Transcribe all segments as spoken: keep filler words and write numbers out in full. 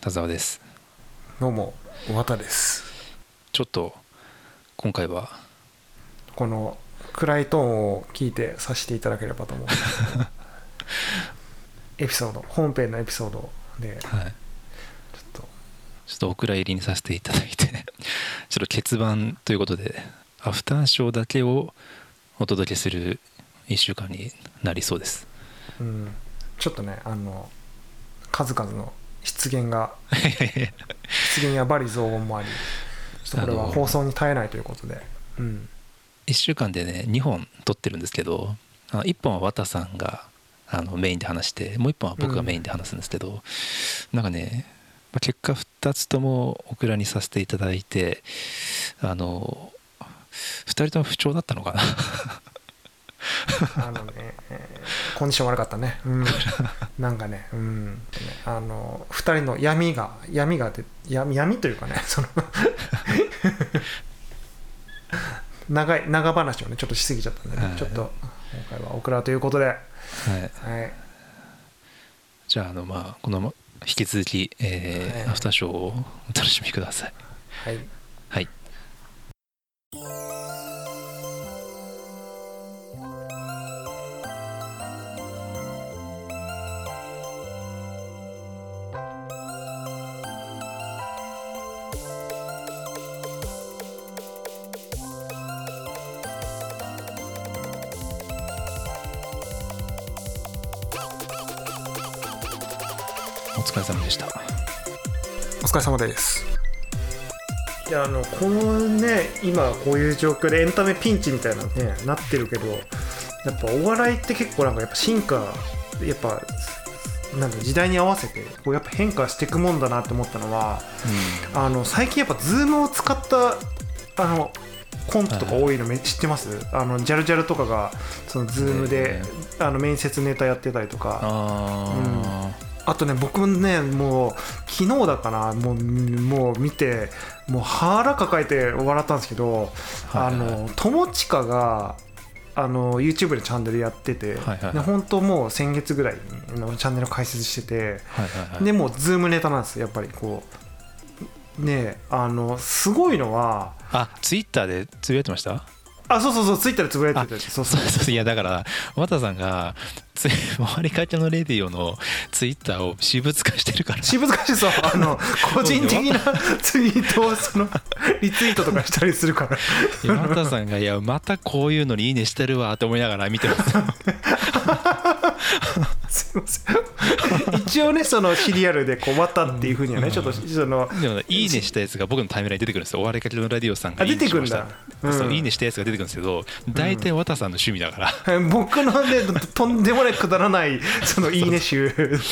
田沢です。 どうも綿です。 ちょっと今回はこの暗いトーンを聞いてさせていただければと思うんですけどエピソード本編のエピソードで、 はい、ちょっとちょっとお蔵入りにさせていただいてちょっと欠番ということでアフターショーだけをお届けするいっしゅうかんになりそうです。 うん、ちょっとねあの数々の失言が失言や罵詈雑言もあり、ちょっとこれは放送に耐えないということで、うん、 いっしゅうかんでねにほん撮ってるんですけど、いっぽんは綿さんがあのメインで話してもういっぽんは僕がメインで話すんですけど、うん、なんかね結果ふたつともオクラにさせていただいて、あのふたりとも不調だったのかなあのねコンディション悪かったね、うん、なんかね、うん、あのふたりの闇が闇がで闇闇というかねその長い長話をねちょっとしすぎちゃったんでね、はい、ちょっと今回はオクラということで、はいはい、じゃあ、あのまあこの引き続き、えーはい、アフターショーをお楽しみください。 はいはい。お疲れ様でした。 お疲れ様です。いやあのこのね今こういう状況でエンタメピンチみたいなねなってるけど、やっぱお笑いって結構なんかやっぱ進化やっぱなんだ時代に合わせてこうやっぱ変化していくもんだなって思ったのは、うん、あの最近やっぱズームを使ったあのコントとか多いの知ってます？はい、あのジャルジャルとかがそのズームで、えー、あの面接ネタやってたりとか。あ、うんあとね僕もねもう昨日だかなもう、もう見てもう腹抱えて笑ったんですけど、はいはい、あの友近があの YouTube でチャンネルやってて、はいはいはい、で本当もう先月ぐらいにのチャンネル開設してて、はいはいはい、でもうズームネタなんですやっぱりこうねあのすごいのはあ Twitter でつぶやいてました？ あそうそうそうツイッターでつぶやいてたそうそうそういやだから綿さんが終わりかけのレディオのツイッターを私物化してるから私物化してそうあの個人的なツイートをそのリツイートとかしたりするから綿さんがいやまたこういうのにいいねしてるわと思いながら見てますすいません一応ねそのシリアルでこう終わったっていうふうにはねちょっとそのでも、ね、いいねしたやつが僕のタイムラインに出てくるんですよ。終わりかけのラディオさんがいいねしました。 あ出てくるんだ、うん、 そういいねしたやつが出てくるんですけど大体綿さんの趣味だから、 うん、僕のねとんでもないくだらないそのいいね集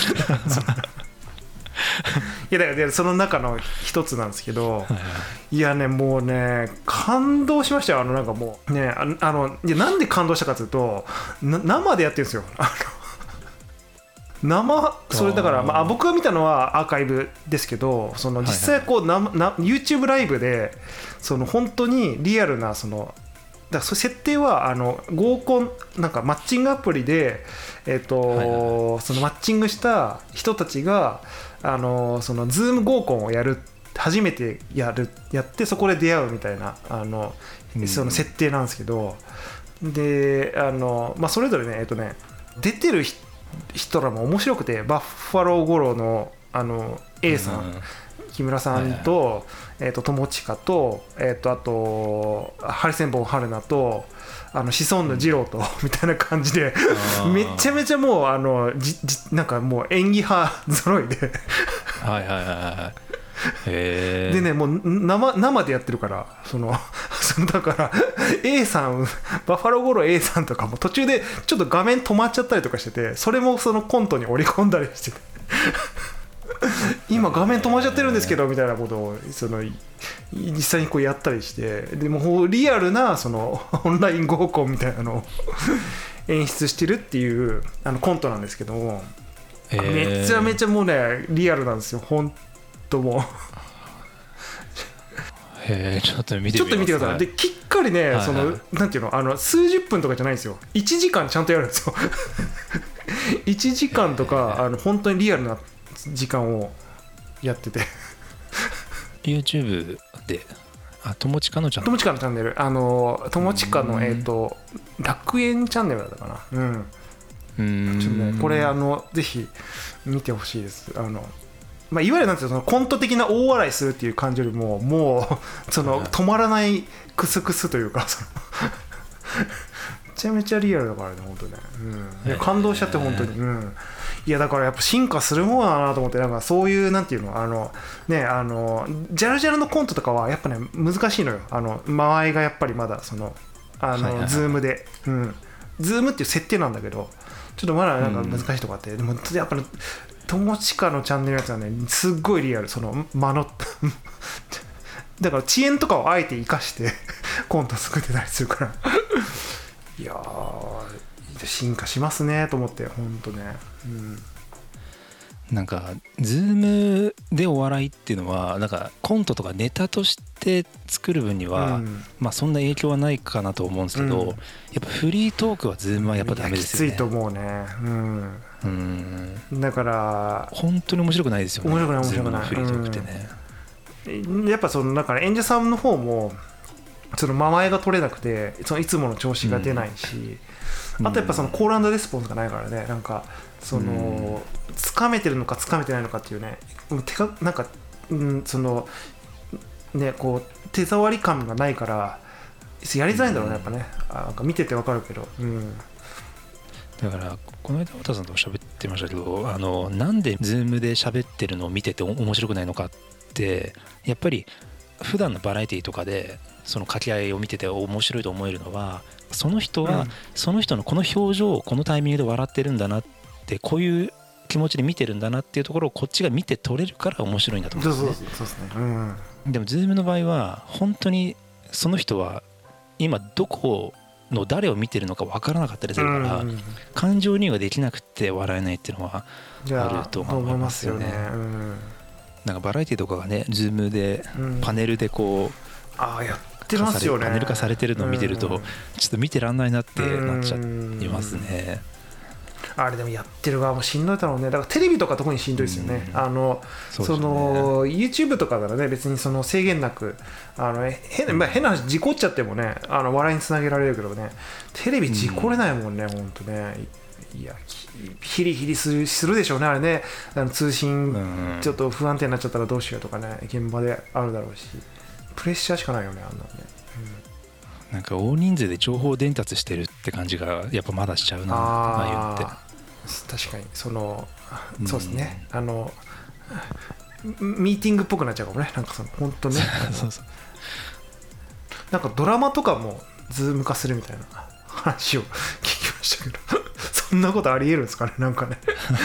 いやだからその中の一つなんですけど、いやねもうね感動しましたよ。あのなんかもうねあのいやなんで感動したかというと生でやってるんですよ。あの生それだから、まあ、僕が見たのはアーカイブですけど、その実際こう、はいはい、な YouTube ライブでその本当にリアルなそのだからそ設定はあの合コンなんかマッチングアプリで、えーとはいはい、そのマッチングした人たちがあのそのズーム合コンをやる初めてやるやってそこで出会うみたいなあの、うん、その設定なんですけど、であの、まあ、それぞれねえっ、ー、とね出てる人人らも面白くて、バッファローゴロ の, あの A さん、うん、木村さんと、はいはいえー、と友近と、えー、とあとハリセンボン春菜とあのシソンヌ二郎と、うん、みたいな感じでめちゃめちゃもうあのじじなんかもう演技派揃いではいはいはいはいへでねもう 生, 生でやってるからそのそのだから A さんバッファローゴロ A さんとかも途中でちょっと画面止まっちゃったりとかしてて、それもそのコントに織り込んだりしてて今画面止まっちゃってるんですけどみたいなことをその実際にこうやったりして、でもリアルなそのオンライン合コンみたいなのを演出してるっていうあのコントなんですけども、めちゃめちゃもうねリアルなんですよ本当もへえちょっと見てみます。 ちょっと見てください。できっかりね、はいはい、そのなんていうのあの数十分とかじゃないんですよ。いちじかんちゃんとやるんですよいちじかんとかあの本当にリアルな時間をやってて YouTube であ友近のチャンネル友近のチャンネルあの友近のえっ、ー、と楽園チャンネルだったかなうんうんちょっとねこれあのぜひ見てほしいですあのまあ、いわゆるなんていうのそのコント的な大笑いするっていう感じよりももうその止まらないクスクスというかそのめちゃめちゃリアルだからね本当ね、うん、いや感動しちゃって本当に、うん、いやだからやっぱ進化するものだなと思ってなんかそういうなんていうのあのねあのジャルジャルのコントとかはやっぱね難しいのよあの間合いがやっぱりまだそのあの、はいはいはい、ズームで、うん、ズームっていう設定なんだけどちょっとまだなんか難しいとこあって、うん、でもやっぱり友近のチャンネルのやつはねすっごいリアルその間のだから遅延とかをあえて生かしてコント作ってたりするからいやー進化しますねと思って本当ね、うん、 なんかズームでお笑いっていうのはなんかコントとかネタとして作る分には、うん、まあそんな影響はないかなと思うんですけど、うん、やっぱフリートークはズームはやっぱダメですよね。 きついと思うね、うんうん、だから本当に面白くないですよね。 面白くない面白くないフリートークってね、 うん、やっぱそのだから演者さんの方もその間合いが取れなくてそのいつもの調子が出ないし、うん、あとやっぱそのコール&レスポンスがないからねなんかそのつかめてるのかつかめてないのかっていうね手かなんか、うん、そのねこう手触り感がないからやりづらいんだろうねやっぱねあなんか見ててわかるけど、うん、 だからこの間太田さんと喋ってましたけどあのなんでズームで喋ってるのを見てて面白くないのかってやっぱり普段のバラエティとかでその掛け合いを見てて面白いと思えるのはその人はその人のこの表情をこのタイミングで笑ってるんだなってこういう気持ちで見てるんだなっていうところをこっちが見て取れるから面白いんだと思うんですね。 そうですね、うん、 でもズームの場合は本当にその人は今どこの誰を見てるのか分からなかったりするから、うん、感情移入ができなくて笑えないっていうのはあると思いますよね。なんかバラエティとかがねズームでパネルでこう、うん、 あやってますよね。 パネル化されてるのを見てると、うん、ちょっと見てらんないなってなっちゃいますね。 あれでもやってる側もしんどいだろうね。だからテレビとか特にしんどいですよね。うん、あの そ, その YouTube とかならね別にその制限なくあの変な、まあ、変な話事故っちゃってもねあの笑いにつなげられるけどねテレビ事故れないもんね、うん、本当ね。いやヒリヒリする、するでしょうねあれね。あの通信ちょっと不安定になっちゃったらどうしようとかね現場であるだろうしプレッシャーしかないよねあんなのね。 うん、なんか大人数で情報伝達してるって感じがやっぱまだしちゃうなああいうって。 確かにそのそうですね、うん、あのミーティングっぽくなっちゃうかもねなんかその本当ねそうそうなんかドラマとかもズーム化するみたいな話を聞きましたけどそんなことありえるんですかねなんかね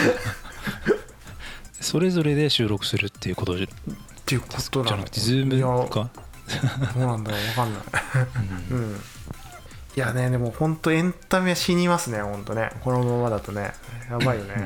それぞれで収録するっていうことじゃっていうことなのじゃなくてズームかどうなんだろう分かんない、うんうんいやねでも本当エンタメは死にますね本当ねこのままだとねやばいよね、うんうん、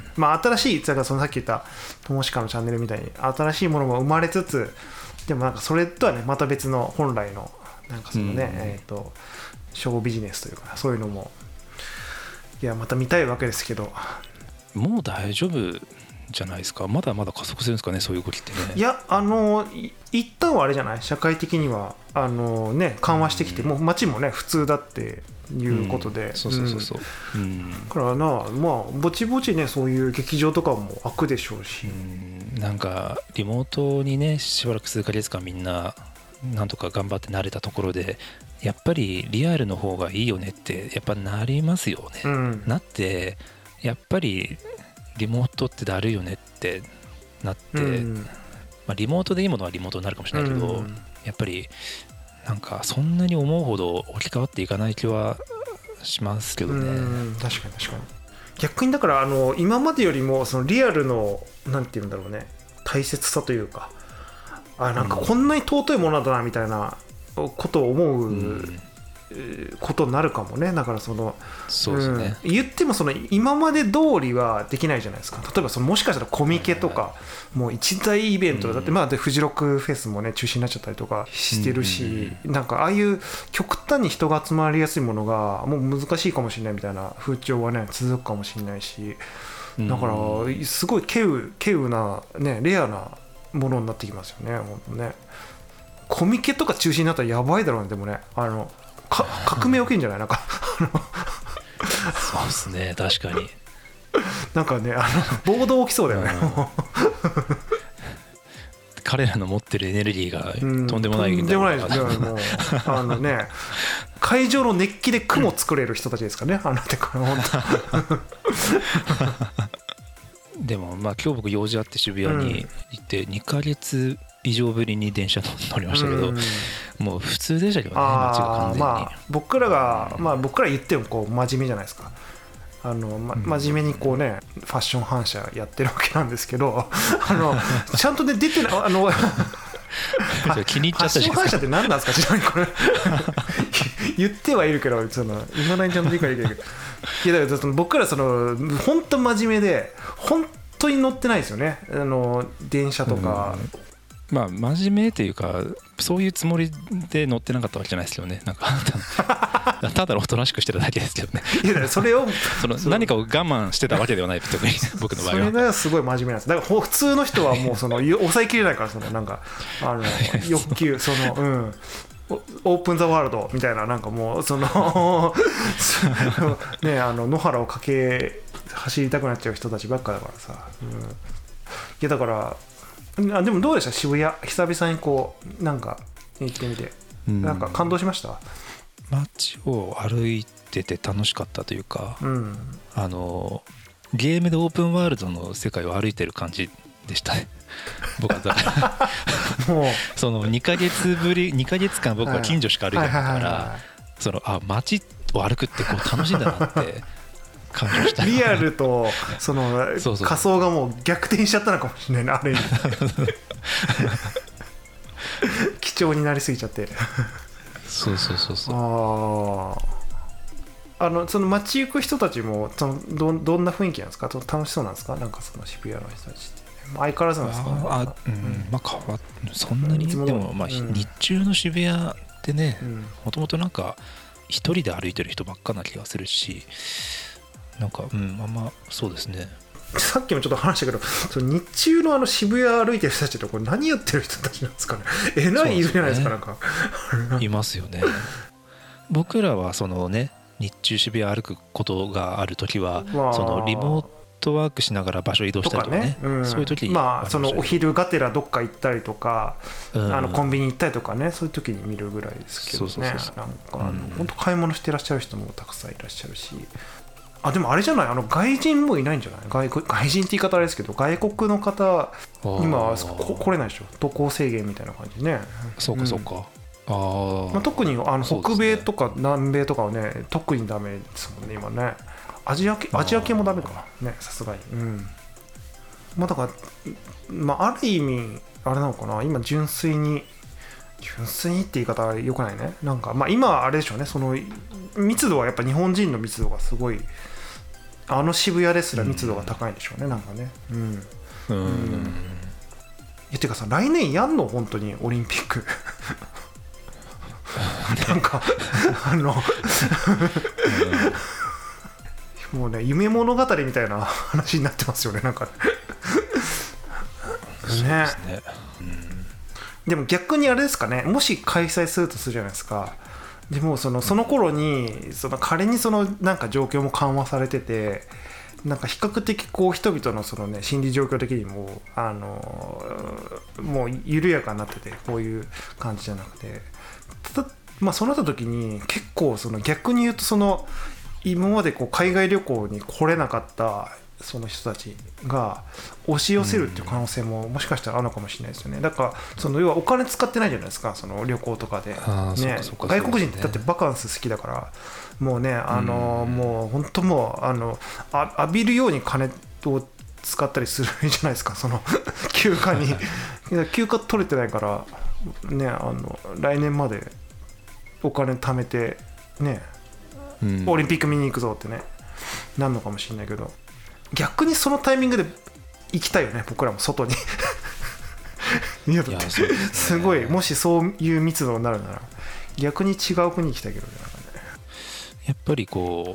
まあ新しいだからそのさっき言った友近のチャンネルみたいに新しいものも生まれつつでもなんかそれとはねまた別の本来のなんかそのね、うんえー、とショービジネスというかそういうのもいやまた見たいわけですけどもう大丈夫じゃないですか。まだまだ加速するんですかねそういう動きってね。 いやあの一旦はあれじゃない社会的にはあのね緩和してきて、うん、もう街もね普通だっていうことで、うん、 そうそうそうそう、うん、 だからなまあぼちぼちねそういう劇場とかも開くでしょうし、 うん、なんかリモートにねしばらく数ヶ月間みんななんとか頑張って慣れたところでやっぱりリアルの方がいいよねってやっぱなりますよね、うん、なってやっぱりリモートってだるいよねってなって、うんまあ、リモートでいいものはリモートになるかもしれないけど、うん、やっぱりなんかそんなに思うほど置き換わっていかない気はしますけどね。 うん確かに確かに逆にだからあの今までよりもそのリアルのなんていうんだろうね大切さというかあなんかこんなに尊いものなんだなみたいなことを思う、うんことになるかもね。だからそのそうですね、 うん、言ってもその今まで通りはできないじゃないですか。例えばそのもしかしたらコミケとかもう一大イベントだって、まあでフジロックフェスもね中止になっちゃったりとかしてるし、なんかああいう極端に人が集まりやすいものがもう難しいかもしれないみたいな風潮はね続くかもしれないし、 だからすごい稀有稀有なねレアなものになってきますよね。本当ね。コミケとか中止になったらやばいだろうね。でもね、あのか革命起きるんじゃないなんかそうですね、確かに。 なんかね、あの暴動起きそうだよね。 彼らの持ってるエネルギーがとんでもないみたいな、うん、とんでもないです。 もうあのね、会場の熱気で雲作れる人たちですからね、あの手から本当。 でもまあ今日僕用事あって渋谷に行ってにかげつ以上ぶりに電車乗りましたけど、うん、もう普通でしたけどね、街が完全に。まあ僕らが、まあ、僕ら言ってもこう真面目じゃないですか。あの、ま、真面目にこうねファッション反射やってるわけなんですけど、あのちゃんとね出てない、あの気に入っちゃったじゃないですか。ファッション反射って何なんですか、ちなみにこれ言ってはいるけど、その今だにちゃんと理解できるけど、いやだからその僕らその本当真面目で本当に乗ってないですよね、あの電車とか。うん、 まあ真面目というかそういうつもりで乗ってなかったわけじゃないですけどね。なんかただおとなしくしてただけですけどね。 いやそれをその何かを我慢してたわけではない、特に僕の場合は。 それがすごい真面目なんです。だから普通の人はもうその抑えきれないから、そのなんかあの欲求、そのうんオープンザワールドみたいな、なんかもうそのね、あの野原を駆け走りたくなっちゃう人たちばっかだからさ。うん、いやだからあでもどうでした、渋谷久々にこうなんか行ってみて、なんか感動しました？ 街を歩いてて楽しかったというか、 うん、 あのゲームでオープンワールドの世界を歩いてる感じでしたね。僕はだからもうそのにかげつぶりにかげつかん僕は近所しか歩いてなかったから、そのあ街を歩くってこう楽しいんだなって感じました。 リアルとその仮想がもう逆転しちゃったのかもしれないな、ある意味。貴重になりすぎちゃって。 そうそうそうそう。 ああのその街行く人たちもその ど, どんな雰囲気なんですか？楽しそうなんですか？なんかその渋谷の人たちって相変わらずなんですか？ ああ、うん、まあ変わそんなに、でもまあ、うん、日中の渋谷ってね、もともとなんか一人で歩いてる人ばっかな気がするし、なんかうんまあまあそうですね。 さっきもちょっと話したけど、その日中のあの渋谷歩いてる人たちってこれ何やってる人たちなんですかね。えらいいるじゃないですか、なんかいますよね。僕らはそのね日中渋谷歩くことがあるときは、まあ、そのリモートワークしながら場所移動したりとかね、とかね、うん、そういう時にまあそのお昼がてらどっか行ったりとか、うん、あのコンビニ行ったりとかね、そういう時に見るぐらいですけどね。そうそうそうそう、なんか本当買い物してらっしゃる人もたくさんいらっしゃるし、あでもあれじゃない、あの外人もいないんじゃない？ 外, 外人って言い方あれですけど、外国の方今は来れないでしょ、渡航制限みたいな感じね。 そうかそうか、うんあまあ、特にあの北米とか南米とかはね特にダメですもんね今ね。アジア系アジア系もダメかね、さすがに。うんまあだからまあある意味あれなのかな、今純粋に純粋にって言い方は良くないね。なんかまあ今はあれでしょうね、その密度はやっぱ日本人の密度がすごい、あの渋谷ですら密度が高いんでしょうね、なんかね。うん。うん。うん、いやてかさ、来年やんの本当にオリンピック。なんかあのもうね夢物語みたいな話になってますよね、なんかね。 そうですね。 うん、でも逆にあれですかね、もし開催するとするじゃないですか。でもそのその頃にその仮にそのなんか状況も緩和されてて、なんか比較的こう人々のそのね心理状況的にもあのもう緩やかになってて、こういう感じじゃなくて、たまあそうなった時に結構その逆に言うとその今までこう海外旅行に来れなかったその人たちが押し寄せるっていう可能性ももしかしたらあるのかもしれないですよね。だからその要はお金使ってないじゃないですか、その旅行とかで、ね、外国人ってだってバカンス好きだからもうねあのもう本当もうあのあ浴びるように金を使ったりするじゃないですか、その休暇に休暇取れてないからね、あの来年までお金貯めてね、うん、オリンピック見に行くぞってねなんのかもしれないけど、逆にそのタイミングで行きたいよね、僕らも外に。いやだってす、ね、すごい、もしそういう密度になるなら逆に違う国に行きたいけどね、なんかね。 やっぱりこう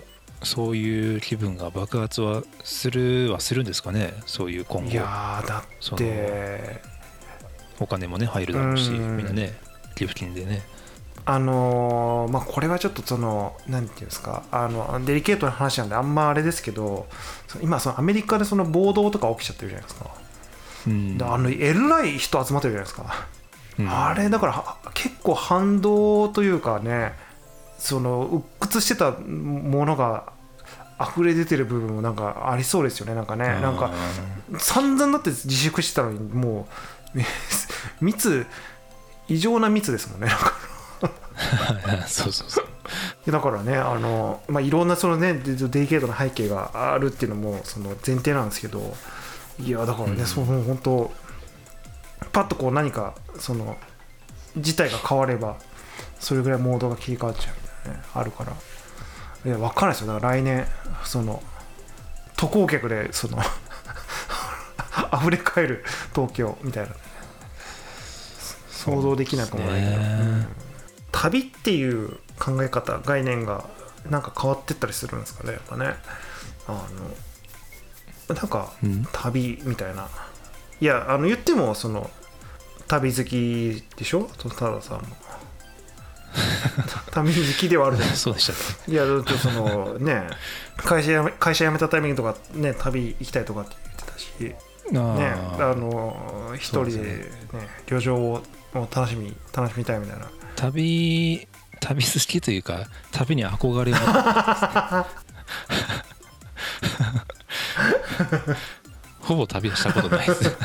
そういう気分が爆発はするはするんですかね、そういう今後。 いやーだってお金もね入るだろうし、みんなね寄付金でね。 あのー、まあこれはちょっとそのなんていうんですか、あのデリケートな話なんであんまあれですけど、今そのアメリカでその暴動とか起きちゃってるじゃないですか。うん、あのえらい人集まってるじゃないですか。うん、あれだから結構反動というかね、その鬱屈してたものが溢れ出てる部分もなんかありそうですよね。なんかね、なんか散々だって自粛してたのにもう密異常な密ですもんね。なんかそうそうそう。 だからね、あの、まあ、いろんなそのねデリケートな背景があるっていうのもその前提なんですけど、いやだからね、うん、その本当パッとこう何かその事態が変わればそれぐらいモードが切り替わっちゃうみたいなね、あるから。いや分かんないですよ。だから来年その渡航客でその溢れ返る東京みたいな、想像できなくもないけど、うん、旅っていう考え方概念がなんか変わってったりするんですかね、やっぱね。あのなんか旅みたいな、いやあの言ってもその旅好きでしょ、たださんも旅好きではあるじゃないですか。 そうでした。 いやだってそのね会社辞め会社辞めたタイミングとかね旅行きたいとかって言ってたし、あねあの一人でね旅情を楽しみ楽しみたいみたいな。 旅旅好きというか旅に憧れを持ってほぼ旅はしたことないです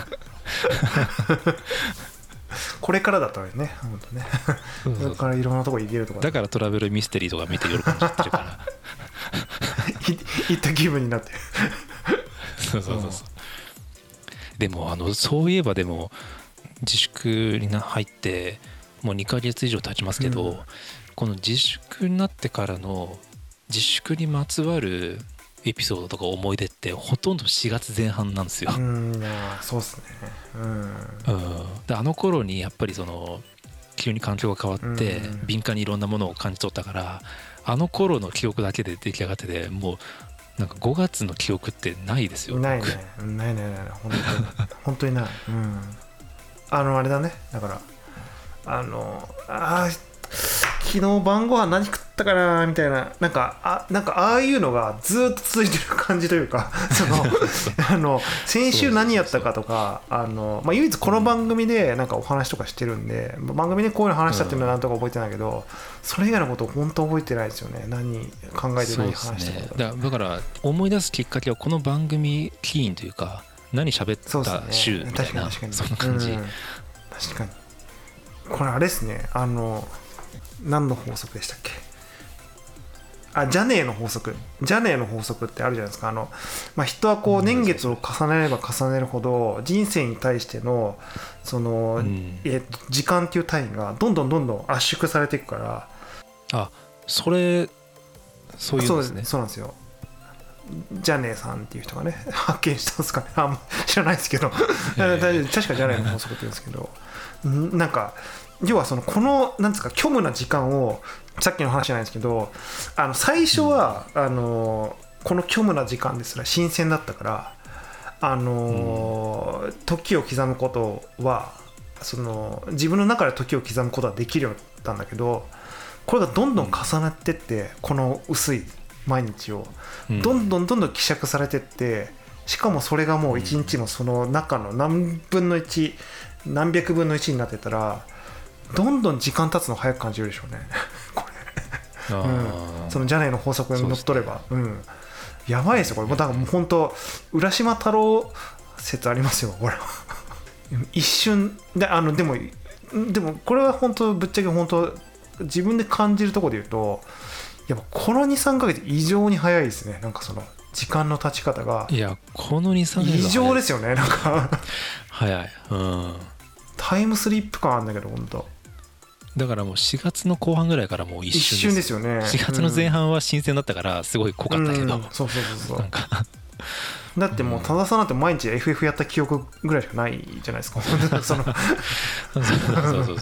これからだったらね、本当ね。そうそうそう、これからいろんなとこ行けるとか。 だからトラベルミステリーとか見て喜んじゃってるから行った気分になってそうそうそうそう。でもあのそういえばでも自粛に入ってもうにかげつ以上経ちますけど、うん、この自粛になってからの自粛にまつわるエピソードとか思い出ってほとんどしがつぜん半なんですよ。 うん、いやそうっすね。うん。うん、 であの頃にやっぱりその急に環境が変わって敏感にいろんなものを感じ取ったから、あの頃の記憶だけで出来上がってて、もうなんかごがつの記憶ってないですよ。 ないね、ないないない、本当に本当にない。うん。あのあれだね、だからあのあ昨日晩ご飯何食ったかなみたいな、なんかあなんかああいうのがずっと続いてる感じというかそのあの先週何やったかとか、あの、まあ、唯一この番組でなんかお話とかしてるんで、番組でこういうの話したっていうのはなんとか覚えてないけど、それ以外のことを本当覚えてないですよね。何考えて何話したかとか、 ね、だ, だから思い出すきっかけはこの番組起因というか、何喋った週みたいな、ね、そんな感じ、うん、 確かにこれあれですね、あの何の法則でしたっけ、あジャネーの法則ジャネーの法則ってあるじゃないですか。あの、まあ、人はこう年月を重ねれば重ねるほど人生に対してのその、うん、えー、と時間っていう単位がどんどんどんどん圧縮されていくから。 あ、それそういうんですね。 そうなんですよ。ジャネーさんっていう人がね発見したんですかね、あんま知らないですけど確かジャネーの法則って言うんですけどなんか要はそのこのなんですか虚無な時間を、さっきの話じゃないですけど、あの最初は、うん、あのこの虚無な時間ですら新鮮だったから、あの、うん、時を刻むことはその自分の中で時を刻むことはできるようになったんだけど、これがどんどん重なってって、うん、この薄い毎日をどんどんどんどん希釈されてって、しかもそれがもう一日のその中の何分のいち何百分のいちになってたら、どんどん時間経つの早く感じるでしょうねこれ、うん、そのジャネーの法則にのっとれば、う、ね、うん、やばいですよこれ。だからもう本当浦島太郎説ありますよこれ一瞬で、あのでもでもこれは本当ぶっちゃけ本当自分で感じるところで言うと、やっぱこの にさんかげつ異常に早いですね。なんかその時間の経ち方が、 いやこの にさんかげつ異常ですよね。なんか早い、うん、 タイムスリップ感あるんだけど本当。 だからもうしがつの後半ぐらいからもう一瞬ですよ。 一瞬ですよね。 しがつの前半は新鮮だったからすごい濃かったけど、うん、 そうそうそうそうなんかだってもう多田さんなんて毎日 エフエフ やった記憶ぐらいしかないじゃないですかそのそうそうそうそう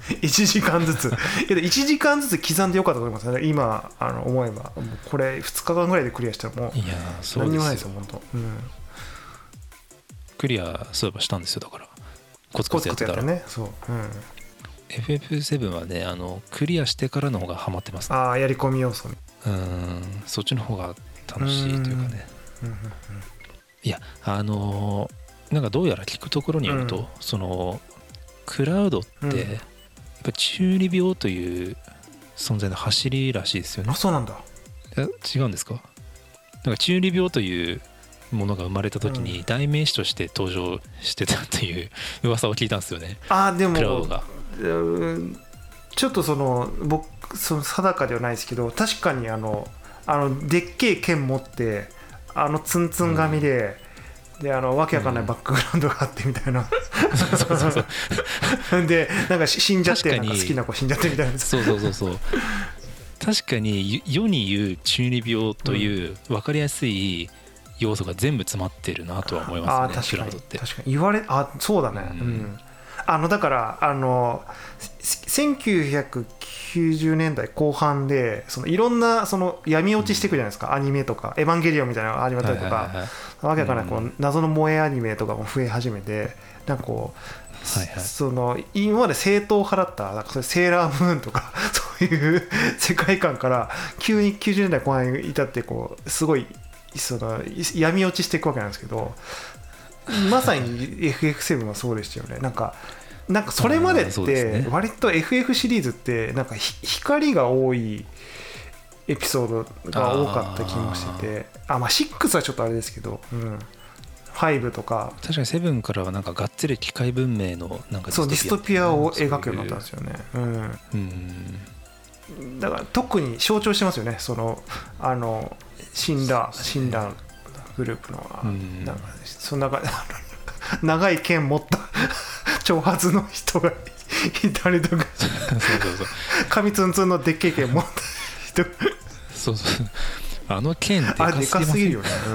いちじかんずついやいちじかんずつ刻んでよかったと思いますね今あの思えば。もうこれふつかかんぐらいでクリアしたらもういやそう何にもないでよですすよ本当、うん、 クリアそういえばしたんですよ。だからコツココツコツやツやってたらってねそう、うん、 エフエフセブン はねあのクリアしてからの方がハマってますね。 ああやり込み要素ね。 うんそっちの方が楽しいというかね。 うんうんうんいやあのーなんかどうやら聞くところによると、 うんそのクラウドって、 うんやっぱ中二病という存在の走りらしいですよね。 あそうなんだ。 いや違うんですか。なんか中二病というものが生まれた時に代名詞として登場してたっていう噂を聞いたんですよね。 ああでもクラウドがうんちょっとその僕その定かではないですけど確かにあのあのでっけえ剣持ってあのツンツン髪で、うん、であのわけわかんないバックグラウンドがあってみたいな、うん、そうそうそうでなんか死んじゃってなんか好きな子死んじゃってみたいな。 そうそうそうそう確かに世に言う中二病という分かりやすい要素が全部詰まってるなとは思いますね。 あ確かにって確かに言われあそうだね、うんうん、あのだからあのせんきゅうひゃくきゅうじゅうねんだいこう半でそのいろんなその闇落ちしていくじゃないですか、うん、アニメとかエヴァンゲリオンみたいなのが始まったりとか、はいはいはい、わけわかんないこう謎の萌えアニメとかも増え始めてなんかこう、はいはい、その今まで正統派だったなんかそれセーラームーンとかそういう世界観から急にきゅうじゅうねんだいこう半に至ってこうすごいその闇落ちしていくわけなんですけどまさに エフエフセブン はそうでしたよね。なんかなんかそれまでって割と エフエフ シリーズってなんか光が多いエピソードが多かった気もしててあ、まあ、ろくはちょっとあれですけど、うん、ごとか確かにセブンからはなんかがっつり機械文明のなんかそうディストピアを描くようになったんですよね。うん、うんだから特に象徴してますよねそのあの死んだ死んだグループのなんかそんな長い剣持った長髪の人がいたりとかそうそうそう髪ツンツンのでっけえ剣持った人そうそうあの剣でかすぎません？あれでかすぎるよね、うん、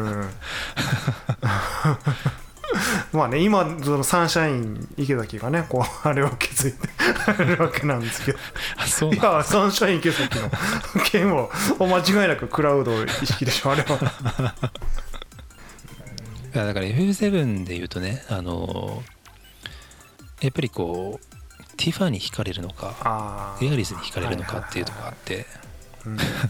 まあね今そのサンシャイン池崎がねこうあれを築いてあるわけなんですけどあそうなんいやサンシャイン池崎の剣を間違いなくクラウド意識でしょあれはいやだから エフエフセブン でいうとねあのやっぱりこうティファに惹かれるのかエアリスに惹かれるのかっていうところがあって、はいはいはいはいうん、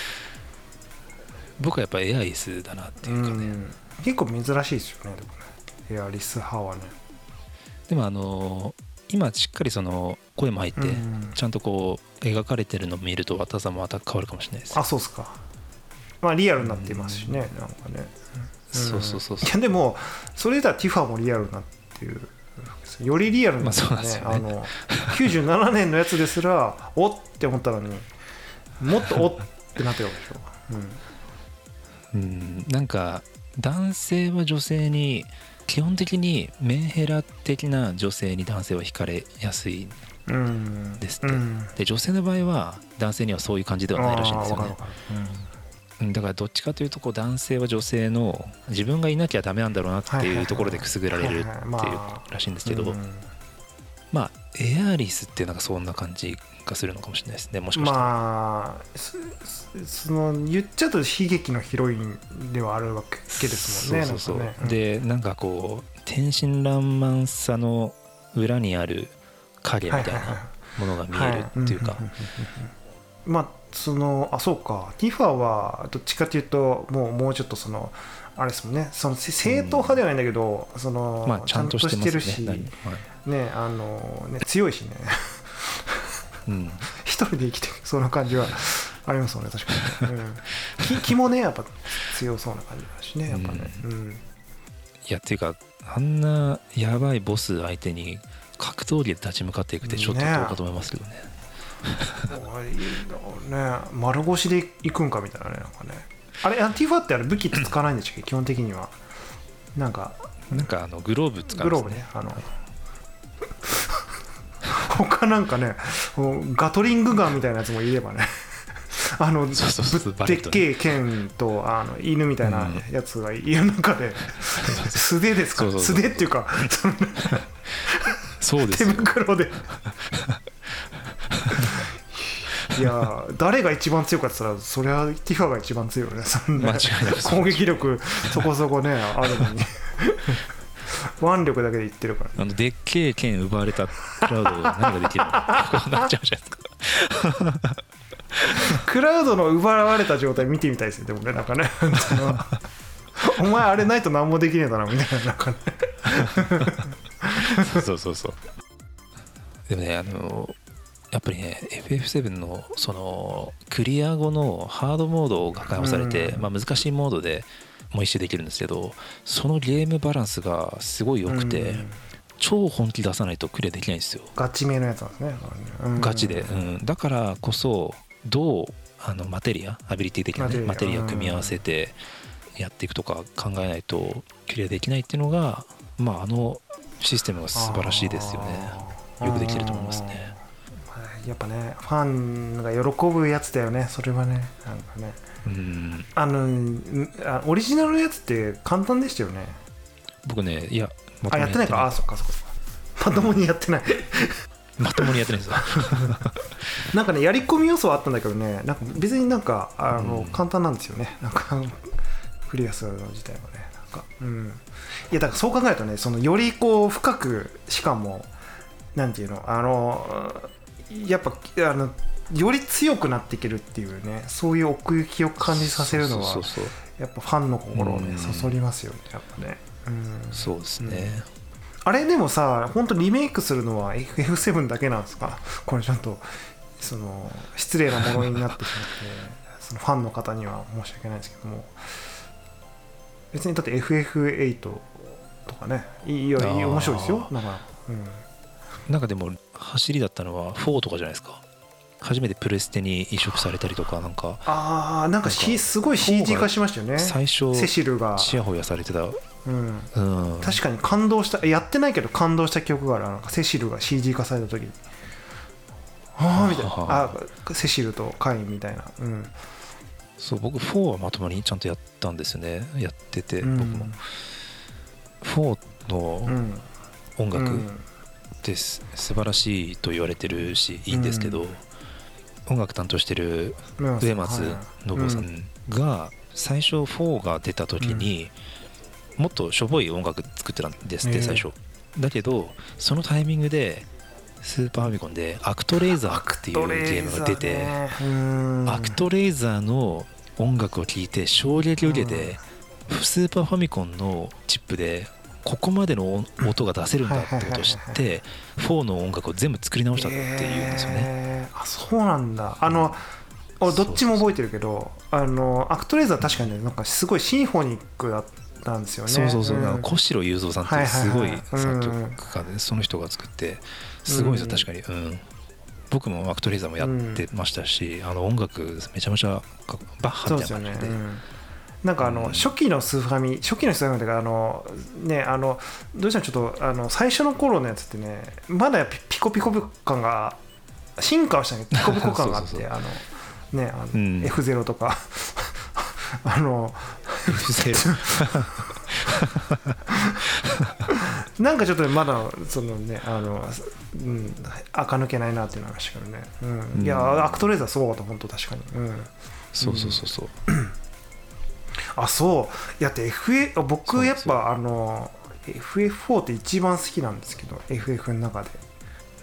僕はやっぱエアリスだなっていうかね、うん、 結構珍しいですよねでもねエアリス派はね。 でもあの今しっかりその声も入ってちゃんとこう描かれてるのを見ると渡さんもまた変わるかもしれないです。 あそうっすか。まあリアルになってますしね、うん、なんかね、 うん、そうそうそうそう。 いやでもそれ言ったらティファもリアルなっていうよりリアルなんですよね。まあ、そうなんですよね。あのきゅうじゅうななねんのやつですらおって思ったのにもっとおってなってるわけでしょ。 うん、うん、なんか男性は女性に基本的にメンヘラ的な女性に男性は惹かれやすいんですって、うん、で女性の場合は男性にはそういう感じではないらしいんですよね。うん、だからどっちかというとこう男性は女性の自分がいなきゃダメなんだろうなっていうところでくすぐられるっていうらしいんですけど、まあエアリスってなんかそんな感じがするのかもしれないですねもしかしたら。 まあその言っちゃうと悲劇のヒロインではあるわけですもんね。 そうそうそう、 ねうん、でなんかこう天真爛漫さの裏にある影みたいなものが見えるっていうかまあそのあそうかティファはどっちかというともうもうちょっとそのあれですもんねその正統派ではないんだけど、うん、その、まあ、ちゃんとしてるし、ねねあのね、強いしね、うん、一人で生きてるそんな感じはありますもんね確かに、うん、気, 気もねやっぱ強そうな感じだしねやっぱね、うんうん、 いやっていうかあんなやばいボス相手に格闘技で立ち向かっていくってちょっとどうかと思いますけどね。 ね丸腰で行くんかみたいなねなんかねあれティファってあれ武器って使わないんでしたっけ基本的にはなんかなんかあのグローブ使うんですね。 グローブねあの他なんかねガトリングガンみたいなやつもいればねあのそうそうそうでっけえ剣とあの犬みたいなやつがいる中で、うん、素手ですかそうそうそう素手っていうかそうです手袋でいや誰が一番強いかって言ったらそれはティファが一番強いよね。そんな間違いない攻撃力そこそこねあるのに腕力だけでいってるから、ね、 あのでっけえ剣奪われたクラウド何ができるのこうなっちゃうじゃないですかクラウドの奪われた状態見てみたいですよ。でもねなんかねお前あれないと何もできねえだなみたいな、なんかねそうそうそうそう。でもねあのやっぱりね エフエフセブン のそのクリア後のハードモードが開放されて、うんまあ、難しいモードでもう一周できるんですけど、そのゲームバランスがすごい良くて、うん、超本気出さないとクリアできないんですよ。 ガチめのやつなんですね、 うん、ガチで、うん、だからこそどうあのマテリアアビリティ的な、ね、マテリアを組み合わせてやっていくとか考えないとクリアできないっていうのが、まあ、あのシステムが素晴らしいですよね。よくできてると思いますね。 やっぱねファンが喜ぶやつだよねそれはね。なんかねうんあのオリジナルのやつって簡単でしたよね。 僕ねいやまともにやってない。あやってないか。あそっかそっかまともにやってないまともにやってないですよなんかねやり込み要素はあったんだけどね、なんか別になんかあの、うん、簡単なんですよね。なんかクリアするの自体はねなんか、うん、いやだからそう考えるとねそのよりこう深くしかもなんていうのあのやっぱあのより強くなっていけるっていうね、そういう奥行きを感じさせるのはやっぱファンの心をねそそりますよねやっぱね。 うんそうですね、うん、 あれでもさ本当リメイクするのは エフエフセブン だけなんですか。これちょっとその失礼なものになってしまってそのファンの方には申し訳ないですけども、別にだって エフエフエイト とかねいいよいい面白いですよ。なんか、うん、なんかでも走りだったのはフォーとかじゃないですか。初めてプレステに移植されたりとかなんかああなんかすごい シージー 化しましたよね。 最初セシルがチヤホヤされてた、 うんうん、確かに感動したやってないけど感動した記憶がある。なんかセシルが シージー 化された時にああみたいなあセシルとカインみたいな、うん、 そう僕フォーはまともにちゃんとやったんですよね。やってて、うん、僕もフォーの音楽って素晴らしいと言われてるしいいんですけど、うん、音楽担当してる植松信夫さんが最初フォーが出た時にもっとしょぼい音楽作ってたんですって最初。だけどそのタイミングでスーパーファミコンでアクトレイザーっていうゲームが出て、アクトレイザーの音楽を聴いて衝撃を受けて、スーパーファミコンのチップでここまでの音が出せるんだってことを知ってフォーの音楽を全部作り直したっていうんですよね、 えー、あそうなんだ。あの俺どっちも覚えてるけどあのアクトレイザー確かに、ね、なんかすごいシンフォニックだったんですよね。 そうそうそう、うん、小城雄三さんってすごい作曲家でその人が作ってすごいですよ確かに、うん、僕もアクトレイザーもやってましたし、うん、あの音楽めちゃめちゃバッハみたいな感じで、 なんかあの初期のスーファミ初期のスーファミというかあのねあのどうしてもちょっとあの最初の頃のやつってねまだピコピコ感が進化はしたねピコピコ感があってあのねあの、うん、エフゼロ とかあのエフゼロ なんかちょっとまだそのねあの、うん、垢抜けないなっていうのがありましたけどね、うん、いやアクトレーザーすごかった本当確かに、うん、 そうそうそうそう、 うんあそういやって エフエフ 僕やっぱあの エフエフフォー って一番好きなんですけど エフエフ の中で、うん、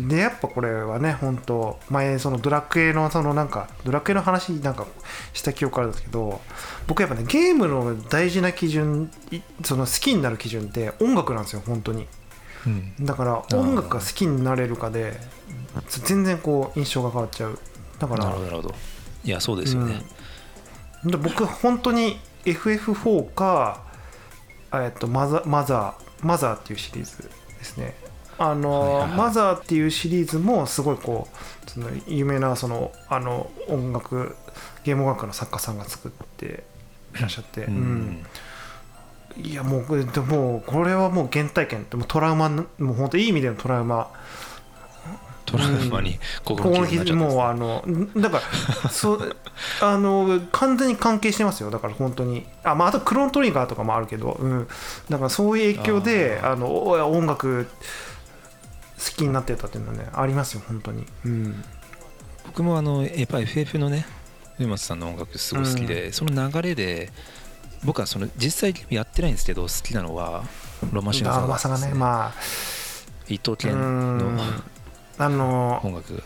でやっぱこれはね本当前そのドラクエのそのなんかドラクエの話なんかした記憶あるんですけど僕やっぱねゲームの大事な基準その好きになる基準って音楽なんですよ本当に、うん、だから音楽が好きになれるかで全然こう印象が変わっちゃう。だからなるほどなるほどいやそうですよね、 うん、で僕本当に エフエフフォー か、えっと、マザー、マザー、マザーっていうシリーズですね。あの、はいはいはい、マザーっていうシリーズもすごいこうその有名なそのあの音楽ゲーム音楽の作家さんが作っていらっしゃって、うんうん、いやもうでもこれはもう原体験でもトラウマもう本当いい意味でのトラウマトラウマに心の傷になっちゃった、もうあのだからそうあの完全に関係してますよ。だから本当に あ,、まあ、あとクロノトリガーとかもあるけど、うん、だからそういう影響であの音楽好きになってたっていうのはねありますよ本当に、うん、 僕もあのやっぱ エフエフ のね上松さんの音楽すごい好きで、うん、その流れで僕はその実際やってないんですけど好きなのはロマンシングサガですね。 ね、まあ、 伊藤健のあの音楽、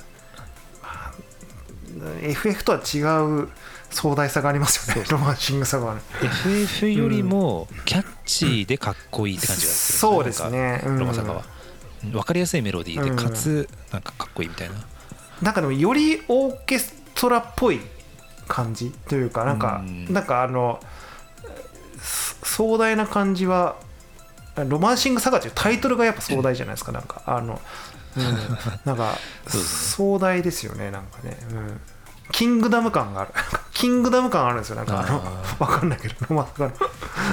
エフエフ とは違う壮大さがありますよね。ロマンシングサガはねエフエフ よりもキャッチーでかっこいいって感じがする、 うん、そうですね。 ロマサガは分かりやすいメロディーでかつなんかかっこいいみたいな、 なんかでもよりオーケストラっぽい感じというかなんか、うん、なんかあの壮大な感じはロマンシングサガというタイトルがやっぱ壮大じゃないですか。なんかあの、うん、なんか壮大ですよね。なんかね、うん、キングダム感があるキングダム感あるんですよ。なんかあの分かんないけどロマンサガの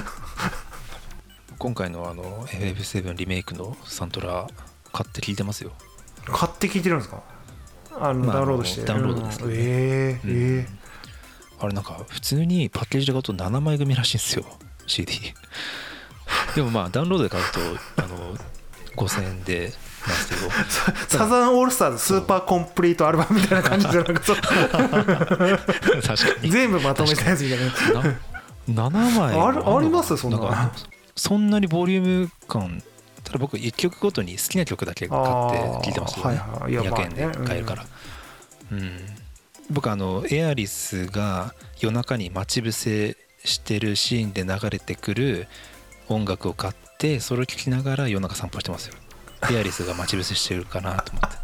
今回のあの エフエフセブン リメイクのサントラ買って聴いてますよ。 買って聴いてるんですか？あの、まあ、ダウンロードしてダウンロードですけど、ね、 えー、うん、えー、あれなんか普通にパッケージで買うとななまい組らしいんですよ シーディー でもまあダウンロードで買うとあのごせんえんでなんですけどサザンオールスターズスーパーコンプリートアルバムみたいな感じでなんかそう確かに全部まとめたやつみたいなななまい あ, るありますそん な, なんかそんなにボリューム感。ただ僕いっきょくごとに好きな曲だけ買って聴いてますよね。はいはい、にひゃくえんで買えるから、うんうん、僕あのエアリスが夜中に待ち伏せしてるシーンで流れてくる音楽を買ってそれを聴きながら夜中散歩してますよ。エアリスが待ち伏せしてるかなと思って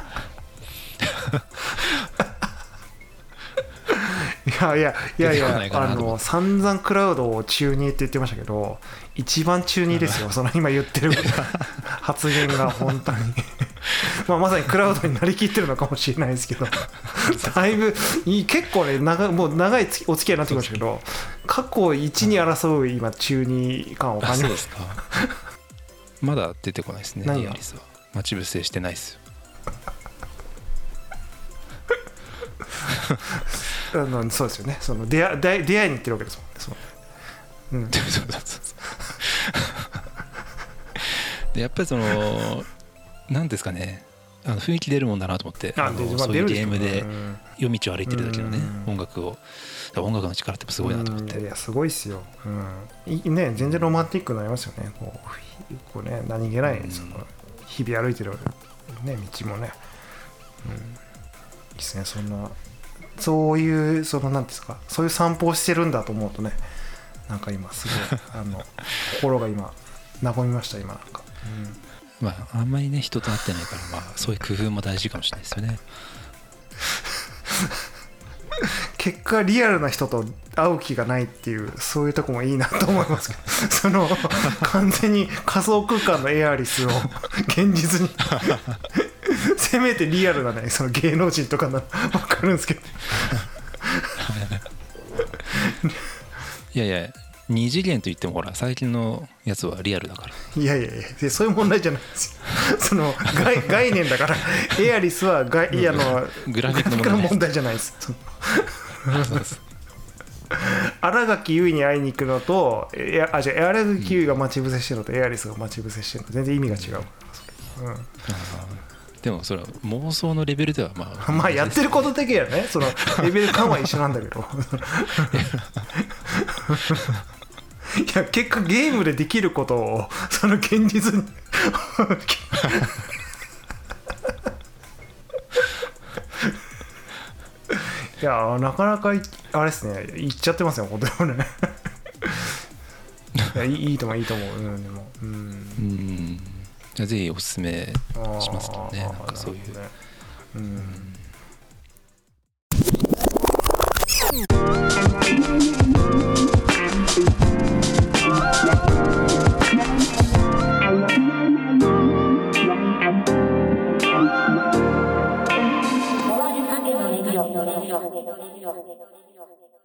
いやいやいやいやあの散々クラウドを中にって言ってましたけど一番中にですよその今言ってる発言が本当にまあまさにクラウドになりきってるのかもしれないですけどだいぶ結構ね長もう長いお付き合いになってきましたけど過去いちに争う今中に感を感じます。 まだ出てこないですね。エアリスは待ち伏せしてないですよあのそうですよね。その出会、出会いに行ってるわけですもんね。そのうん、 でやっぱりその何ですかねあの雰囲気出るもんだなと思ってあのそういうゲームで夜道を歩いてるだけのね音楽を音楽の力ってすごいなと思って。 いやすごいっすよ、うん、ね全然ロマンティックになりますよね。こうこうね何気ないその日々歩いてる、ね、道もね、うん、いいっすね。そんなそういうそのなんですかそういう散歩をしてるんだと思うとねなんか今すごいあの心が今和みました今なんか、 うん、まああんまりね人と会ってないからまあそういう工夫も大事かもしれないですよね結果リアルな人と会う気がないっていうそういうとこもいいなと思いますけどその完全に仮想空間のエアリスを現実にせめてリアルなねその芸能人とかなら分かるんですけどいやいや二次元といってもほら最近のやつはリアルだから。 いやいやいやそういう問題じゃないですよその 概, 概念だからエアリスはがいやのグラフィックの問題じゃないです新垣結衣に会いに行くのといやあじゃあ新垣結衣が待ち伏せしてるのとエアリスが待ち伏せしてるの全然意味が違う、うん、 でもそれは妄想のレベルではまあまあやってること的にはねそのレベル感は一緒なんだけどいや結果ゲームでできることをその現実にいやなかなかあれですね言っちゃってますよ本当にねいやいいいいと思ういいと思う、うん、でもうんうんじゃあぜひおすすめしますけどね。なんかそういう、ねうんうんラジオ